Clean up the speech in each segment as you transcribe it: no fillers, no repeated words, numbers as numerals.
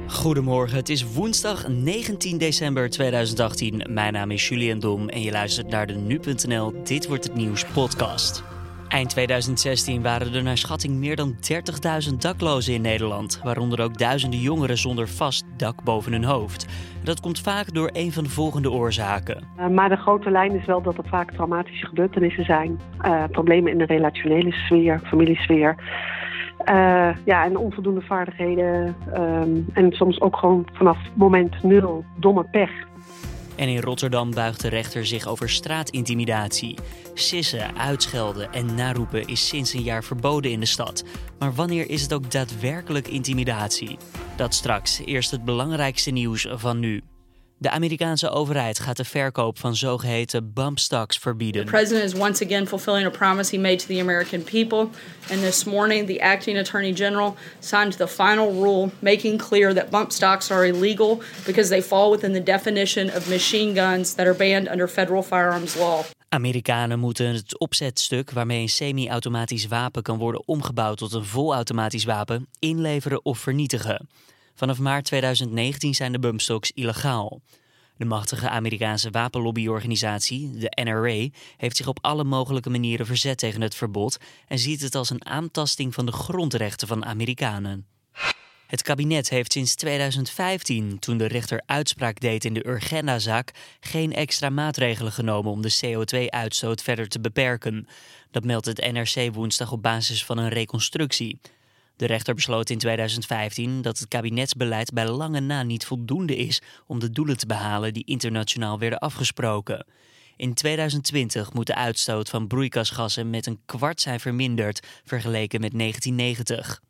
Goedemorgen, het is woensdag 19 december 2018. Mijn naam is Julian Dom en je luistert naar de Nu.nl Dit Wordt Het Nieuws podcast. Eind 2016 waren er naar schatting meer dan 30.000 daklozen in Nederland, waaronder ook duizenden jongeren zonder vast dak boven hun hoofd. Dat komt vaak door een van de volgende oorzaken. Maar de grote lijn is wel dat er vaak traumatische gebeurtenissen zijn. Problemen in de relationele sfeer, familiesfeer. En onvoldoende vaardigheden. En soms ook gewoon vanaf moment nul domme pech. En in Rotterdam buigt de rechter zich over straatintimidatie. Sissen, uitschelden en naroepen is sinds een jaar verboden in de stad. Maar wanneer is het ook daadwerkelijk intimidatie? Dat straks. Eerst het belangrijkste nieuws van nu. De Amerikaanse overheid gaat de verkoop van zogeheten bump stocks verbieden. The president is once again fulfilling a promise he made to the American people. And this morning, the acting attorney general signed the final rule making clear that bump stocks are illegal because they fall within the definition of machine guns that are banned under federal firearms law. Amerikanen moeten het opzetstuk waarmee een semi-automatisch wapen kan worden omgebouwd tot een volautomatisch wapen inleveren of vernietigen. Vanaf maart 2019 zijn de bumpstocks illegaal. De machtige Amerikaanse wapenlobbyorganisatie, de NRA, heeft zich op alle mogelijke manieren verzet tegen het verbod en ziet het als een aantasting van de grondrechten van Amerikanen. Het kabinet heeft sinds 2015, toen de rechter uitspraak deed in de Urgenda-zaak, geen extra maatregelen genomen om de CO2-uitstoot verder te beperken. Dat meldt het NRC woensdag op basis van een reconstructie. De rechter besloot in 2015 dat het kabinetsbeleid bij lange na niet voldoende is om de doelen te behalen die internationaal werden afgesproken. In 2020 moet de uitstoot van broeikasgassen met een kwart zijn verminderd vergeleken met 1990.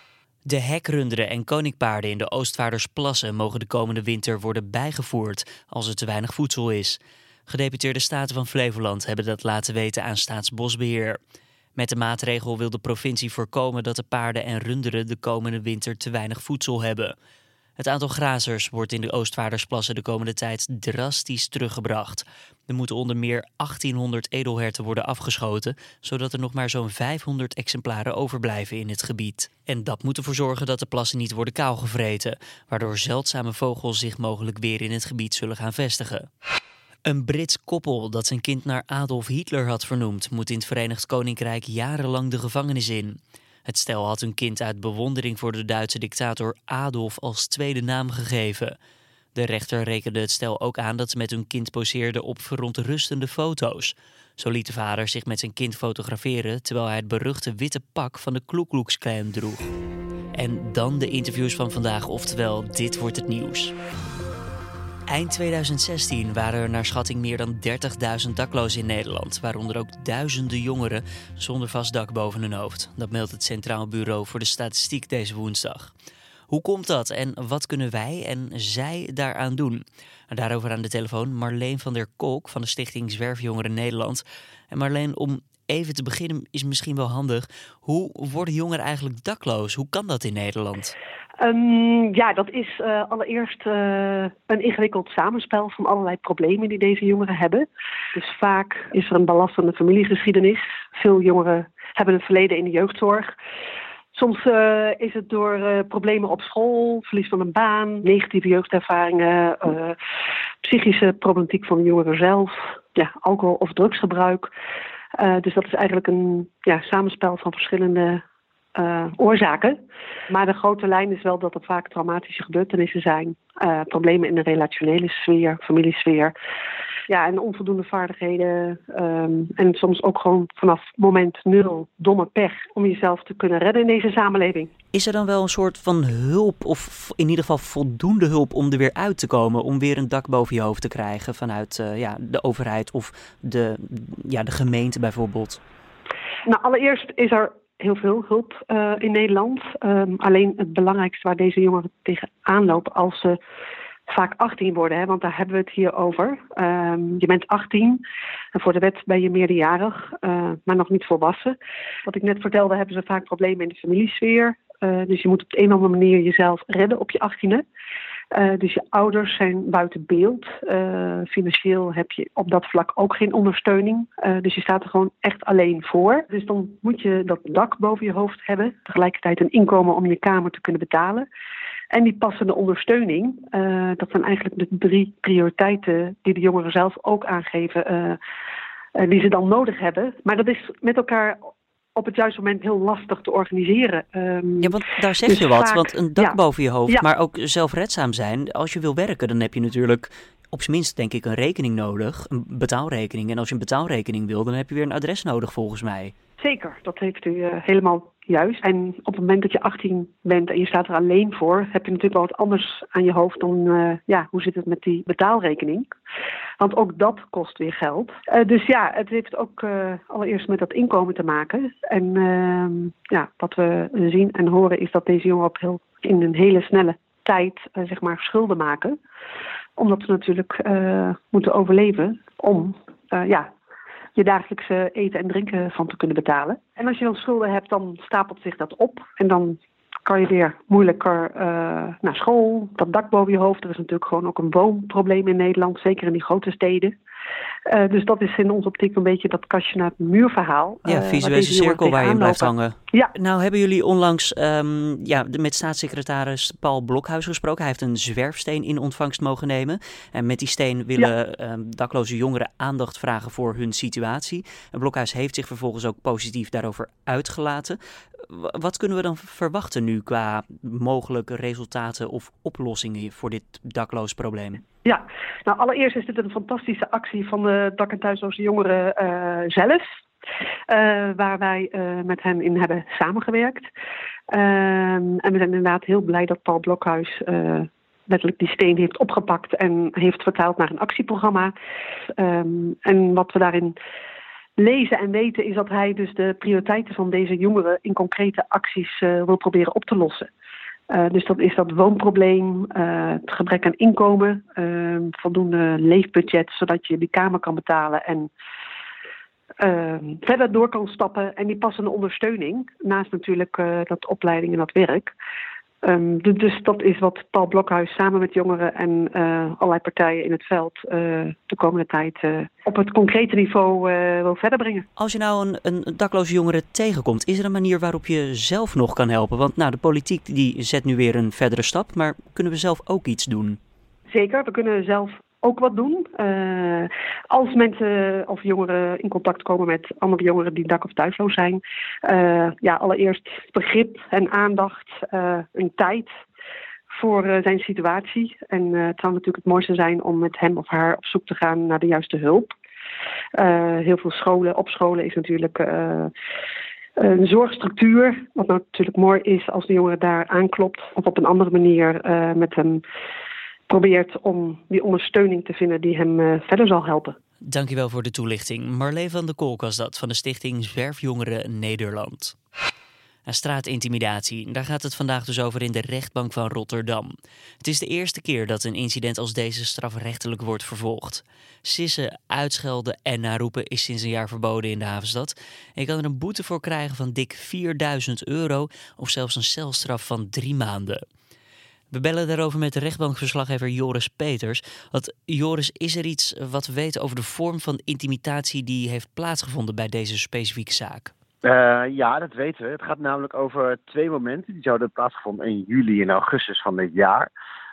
De hekrunderen en koninkpaarden in de Oostvaardersplassen mogen de komende winter worden bijgevoerd als er te weinig voedsel is. Gedeputeerde Staten van Flevoland hebben dat laten weten aan Staatsbosbeheer. Met de maatregel wil de provincie voorkomen dat de paarden en runderen de komende winter te weinig voedsel hebben. Het aantal grazers wordt in de Oostvaardersplassen de komende tijd drastisch teruggebracht. Er moeten onder meer 1800 edelherten worden afgeschoten, zodat er nog maar zo'n 500 exemplaren overblijven in het gebied. En dat moet ervoor zorgen dat de plassen niet worden kaalgevreten, waardoor zeldzame vogels zich mogelijk weer in het gebied zullen gaan vestigen. Een Brits koppel dat zijn kind naar Adolf Hitler had vernoemd, moet in het Verenigd Koninkrijk jarenlang de gevangenis in. Het stel had hun kind uit bewondering voor de Duitse dictator Adolf als tweede naam gegeven. De rechter rekende het stel ook aan dat ze met hun kind poseerden op verontrustende foto's. Zo liet de vader zich met zijn kind fotograferen terwijl hij het beruchte witte pak van de Ku Klux Klan droeg. En dan de interviews van vandaag, oftewel Dit Wordt Het Nieuws. Eind 2016 waren er naar schatting meer dan 30.000 daklozen in Nederland, waaronder ook duizenden jongeren zonder vast dak boven hun hoofd. Dat meldt het Centraal Bureau voor de Statistiek deze woensdag. Hoe komt dat en wat kunnen wij en zij daaraan doen? Daarover aan de telefoon Marleen van der Kolk van de Stichting Zwerfjongeren Nederland. En Marleen, om even te beginnen is misschien wel handig. Hoe worden jongeren eigenlijk dakloos? Hoe kan dat in Nederland? Dat is allereerst een ingewikkeld samenspel van allerlei problemen die deze jongeren hebben. Dus vaak is er een belastende familiegeschiedenis. Veel jongeren hebben een verleden in de jeugdzorg. Soms is het door problemen op school, verlies van een baan, negatieve jeugdervaringen, psychische problematiek van de jongeren zelf, alcohol- of drugsgebruik. Dus dat is eigenlijk een samenspel van verschillende oorzaken. Maar de grote lijn is wel dat er vaak traumatische gebeurtenissen zijn. Problemen in de relationele sfeer, familiesfeer. En onvoldoende vaardigheden. En soms ook gewoon vanaf moment nul domme pech om jezelf te kunnen redden in deze samenleving. Is er dan wel een soort van hulp of in ieder geval voldoende hulp om er weer uit te komen? Om weer een dak boven je hoofd te krijgen vanuit de overheid of de gemeente bijvoorbeeld? Nou, allereerst is er heel veel hulp in Nederland. Alleen het belangrijkste waar deze jongeren tegenaan lopen als ze vaak 18 worden, want daar hebben we het hier over. Je bent 18 en voor de wet ben je meerderjarig, maar nog niet volwassen. Wat ik net vertelde, hebben ze vaak problemen in de familiesfeer. Dus je moet op de een of andere manier jezelf redden op je 18e. Dus je ouders zijn buiten beeld. Financieel heb je op dat vlak ook geen ondersteuning. Dus je staat er gewoon echt alleen voor. Dus dan moet je dat dak boven je hoofd hebben. Tegelijkertijd een inkomen om je kamer te kunnen betalen. En die passende ondersteuning. Dat zijn eigenlijk de 3 prioriteiten die de jongeren zelf ook aangeven. Die ze dan nodig hebben. Maar dat is met elkaar op het juiste moment heel lastig te organiseren. Ja, want daar zeg dus je wat. vaak, Want een dak boven je hoofd, Ja. maar ook zelfredzaam zijn. Als je wil werken, dan heb je natuurlijk op zijn minst denk ik een rekening nodig. Een betaalrekening. En als je een betaalrekening wil, dan heb je weer een adres nodig volgens mij. Zeker, dat heeft u helemaal juist. En op het moment dat je 18 bent en je staat er alleen voor, heb je natuurlijk wel wat anders aan je hoofd dan, hoe zit het met die betaalrekening? Want ook dat kost weer geld. Dus ja, het heeft ook allereerst met dat inkomen te maken. En wat we zien en horen is dat deze jongeren in een hele snelle tijd schulden maken. Omdat ze natuurlijk moeten overleven om je dagelijkse eten en drinken van te kunnen betalen. En als je dan schulden hebt, dan stapelt zich dat op. En dan kan je weer moeilijker naar school, dat dak boven je hoofd. Er is natuurlijk gewoon ook een woonprobleem in Nederland, zeker in die grote steden. Dus dat is in onze optiek een beetje dat kastje naar het muurverhaal. Ja, visuele cirkel waar je in blijft hangen. Ja. Nou hebben jullie onlangs met staatssecretaris Paul Blokhuis gesproken. Hij heeft een zwerfsteen in ontvangst mogen nemen. En met die steen willen dakloze jongeren aandacht vragen voor hun situatie. En Blokhuis heeft zich vervolgens ook positief daarover uitgelaten. Wat kunnen we dan verwachten nu qua mogelijke resultaten of oplossingen voor dit dakloos probleem? Ja, nou allereerst is dit een fantastische actie van de dak- en thuisloze jongeren zelf. Waar wij met hen in hebben samengewerkt. En we zijn inderdaad heel blij dat Paul Blokhuis letterlijk die steen heeft opgepakt en heeft vertaald naar een actieprogramma. En wat we daarin lezen en weten is dat hij dus de prioriteiten van deze jongeren in concrete acties wil proberen op te lossen. Dus dat is dat woonprobleem, het gebrek aan inkomen, voldoende leefbudget zodat je die kamer kan betalen en verder door kan stappen. En die passende ondersteuning, naast natuurlijk dat opleiding en dat werk. Dus dat is wat Paul Blokhuis samen met jongeren en allerlei partijen in het veld de komende tijd op het concrete niveau wil verder brengen. Als je nou een dakloze jongere tegenkomt, is er een manier waarop je zelf nog kan helpen? Want de politiek die zet nu weer een verdere stap, maar kunnen we zelf ook iets doen? Zeker, we kunnen zelf ook wat doen. Als mensen of jongeren in contact komen met andere jongeren die dak- of thuisloos zijn. Allereerst begrip en aandacht, een tijd voor zijn situatie. En het zou natuurlijk het mooiste zijn om met hem of haar op zoek te gaan naar de juiste hulp. Heel veel op scholen is natuurlijk een zorgstructuur. Wat natuurlijk mooi is als de jongere daar aanklopt of op een andere manier met hem probeert om die ondersteuning te vinden die hem verder zal helpen. Dankjewel voor de toelichting. Marlee van de Kolk was dat van de stichting Zwerfjongeren Nederland. Straatintimidatie, daar gaat het vandaag dus over in de rechtbank van Rotterdam. Het is de eerste keer dat een incident als deze strafrechtelijk wordt vervolgd. Sissen, uitschelden en naroepen is sinds een jaar verboden in de havenstad. En je kan er een boete voor krijgen van dik €4.000 of zelfs een celstraf van 3 maanden. We bellen daarover met de rechtbankverslaggever Joris Peters. Joris, is er iets wat we weten over de vorm van intimidatie die heeft plaatsgevonden bij deze specifieke zaak? Ja, dat weten we. Het gaat namelijk over 2 momenten. Die zouden plaatsgevonden in juli en augustus van dit jaar.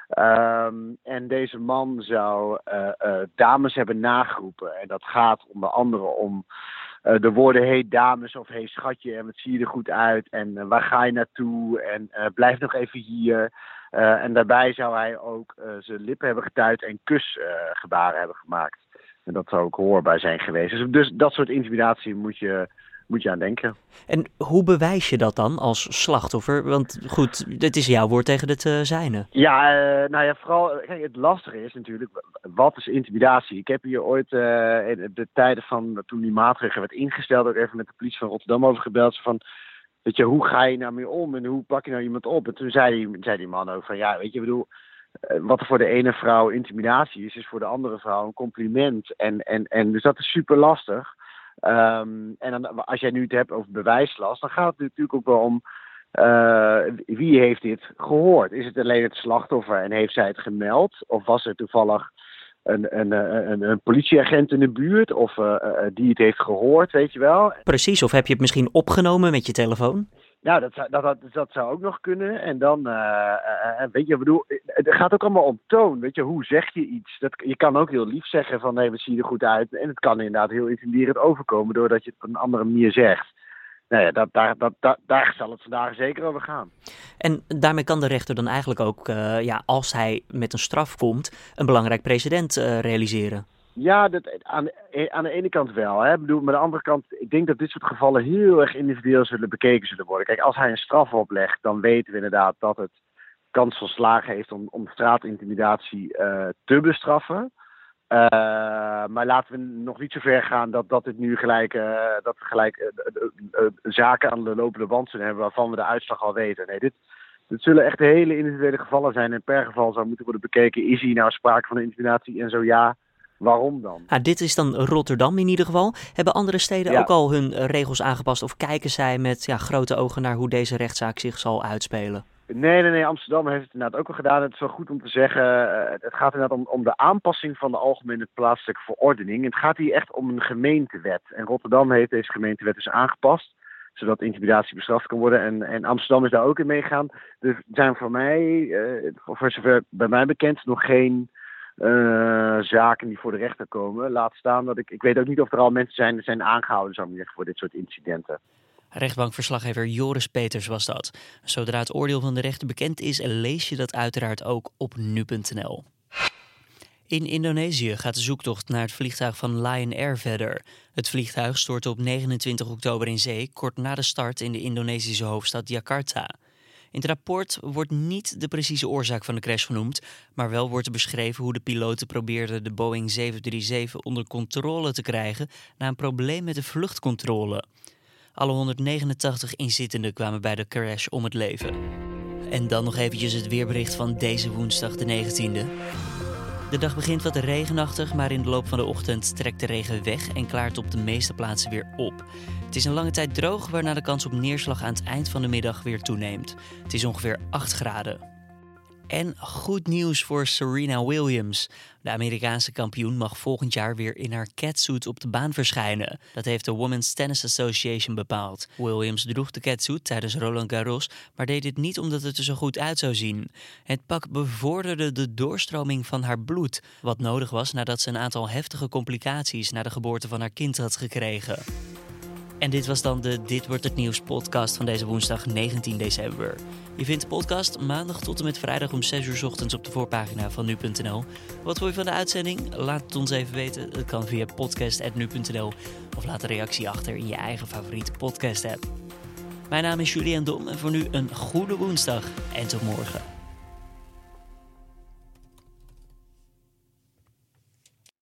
En deze man zou dames hebben nageroepen. En dat gaat onder andere om de woorden hey dames of hey schatje en wat zie je er goed uit en waar ga je naartoe en blijf nog even hier. En daarbij zou hij ook zijn lippen hebben getuit en kusgebaren hebben gemaakt. En dat zou ook hoorbaar zijn geweest. Dus dat soort intimidatie moet je aan denken. En hoe bewijs je dat dan als slachtoffer? Want goed, het is jouw woord tegen het zijne. Ja, vooral, kijk, het lastige is natuurlijk, wat is intimidatie? Ik heb hier ooit in de tijden van toen die maatregel werd ingesteld, ook even met de politie van Rotterdam over gebeld. Van, weet je, hoe ga je nou mee om en hoe pak je nou iemand op? En toen zei die man ook van, ja, weet je, ik bedoel, wat er voor de ene vrouw intimidatie is voor de andere vrouw een compliment. En dus dat is super lastig. En dan, als jij nu het hebt over bewijslast, dan gaat het natuurlijk ook wel om Wie heeft dit gehoord? Is het alleen het slachtoffer en heeft zij het gemeld? Of was er toevallig een politieagent in de buurt? Of die het heeft gehoord, weet je wel? Precies, of heb je het misschien opgenomen met je telefoon? Nou, dat zou ook nog kunnen. En dan, weet je, ik bedoel, het gaat ook allemaal om toon. Weet je, hoe zeg je iets? Je kan ook heel lief zeggen van, nee, we zien er goed uit. En het kan inderdaad heel intimiderend overkomen doordat je het op een andere manier zegt. Nou ja, daar zal het vandaag zeker over gaan. En daarmee kan de rechter dan eigenlijk ook, als hij met een straf komt, een belangrijk precedent realiseren. Ja, aan de ene kant wel. Hè. Ik bedoel, maar aan de andere kant, ik denk dat dit soort gevallen heel erg individueel bekeken zullen worden. Kijk, als hij een straf oplegt, dan weten we inderdaad dat het kans van slagen heeft om straatintimidatie te bestraffen. Maar laten we nog niet zo ver gaan dat dit nu gelijk zaken aan de lopende band zullen hebben waarvan we de uitslag al weten. Nee, dit zullen echt hele individuele gevallen zijn. En per geval zou moeten worden bekeken, is hier nou sprake van een intimidatie? En zo ja, waarom dan? Dit is dan Rotterdam in ieder geval. Hebben andere steden ook al hun regels aangepast? Of kijken zij met grote ogen naar hoe deze rechtszaak zich zal uitspelen? Nee. Amsterdam heeft het inderdaad ook al gedaan. Het is wel goed om te zeggen. Het gaat inderdaad om de aanpassing van de algemene plaatselijke verordening. Het gaat hier echt om een gemeentewet. En Rotterdam heeft deze gemeentewet dus aangepast, zodat intimidatie bestraft kan worden. En Amsterdam is daar ook in meegegaan. Dus er zijn voor mij, voor zover bij mij bekend, nog geen zaken die voor de rechter komen. Laat staan dat ik weet ook niet of er al mensen zijn aangehouden, zou ik zeggen, voor dit soort incidenten. Rechtbankverslaggever Joris Peters was dat. Zodra het oordeel van de rechter bekend is, lees je dat uiteraard ook op nu.nl. In Indonesië gaat de zoektocht naar het vliegtuig van Lion Air verder. Het vliegtuig stortte op 29 oktober in zee, kort na de start in de Indonesische hoofdstad Jakarta. In het rapport wordt niet de precieze oorzaak van de crash genoemd, maar wel wordt er beschreven hoe de piloten probeerden de Boeing 737 onder controle te krijgen na een probleem met de vluchtcontrole. Alle 189 inzittenden kwamen bij de crash om het leven. En dan nog eventjes het weerbericht van deze woensdag de 19e. De dag begint wat regenachtig, maar in de loop van de ochtend trekt de regen weg en klaart op de meeste plaatsen weer op. Het is een lange tijd droog, waarna de kans op neerslag aan het eind van de middag weer toeneemt. Het is ongeveer 8 graden. En goed nieuws voor Serena Williams. De Amerikaanse kampioen mag volgend jaar weer in haar catsuit op de baan verschijnen. Dat heeft de Women's Tennis Association bepaald. Williams droeg de catsuit tijdens Roland Garros, maar deed dit niet omdat het er zo goed uit zou zien. Het pak bevorderde de doorstroming van haar bloed, wat nodig was nadat ze een aantal heftige complicaties na de geboorte van haar kind had gekregen. En dit was dan de Dit Wordt Het Nieuws podcast van deze woensdag 19 december. Je vindt de podcast maandag tot en met vrijdag om 6 uur 's ochtends op de voorpagina van nu.nl. Wat vond je van de uitzending? Laat het ons even weten. Dat kan via podcast@nu.nl of laat een reactie achter in je eigen favoriete podcast app. Mijn naam is Julian Dom en voor nu een goede woensdag en tot morgen.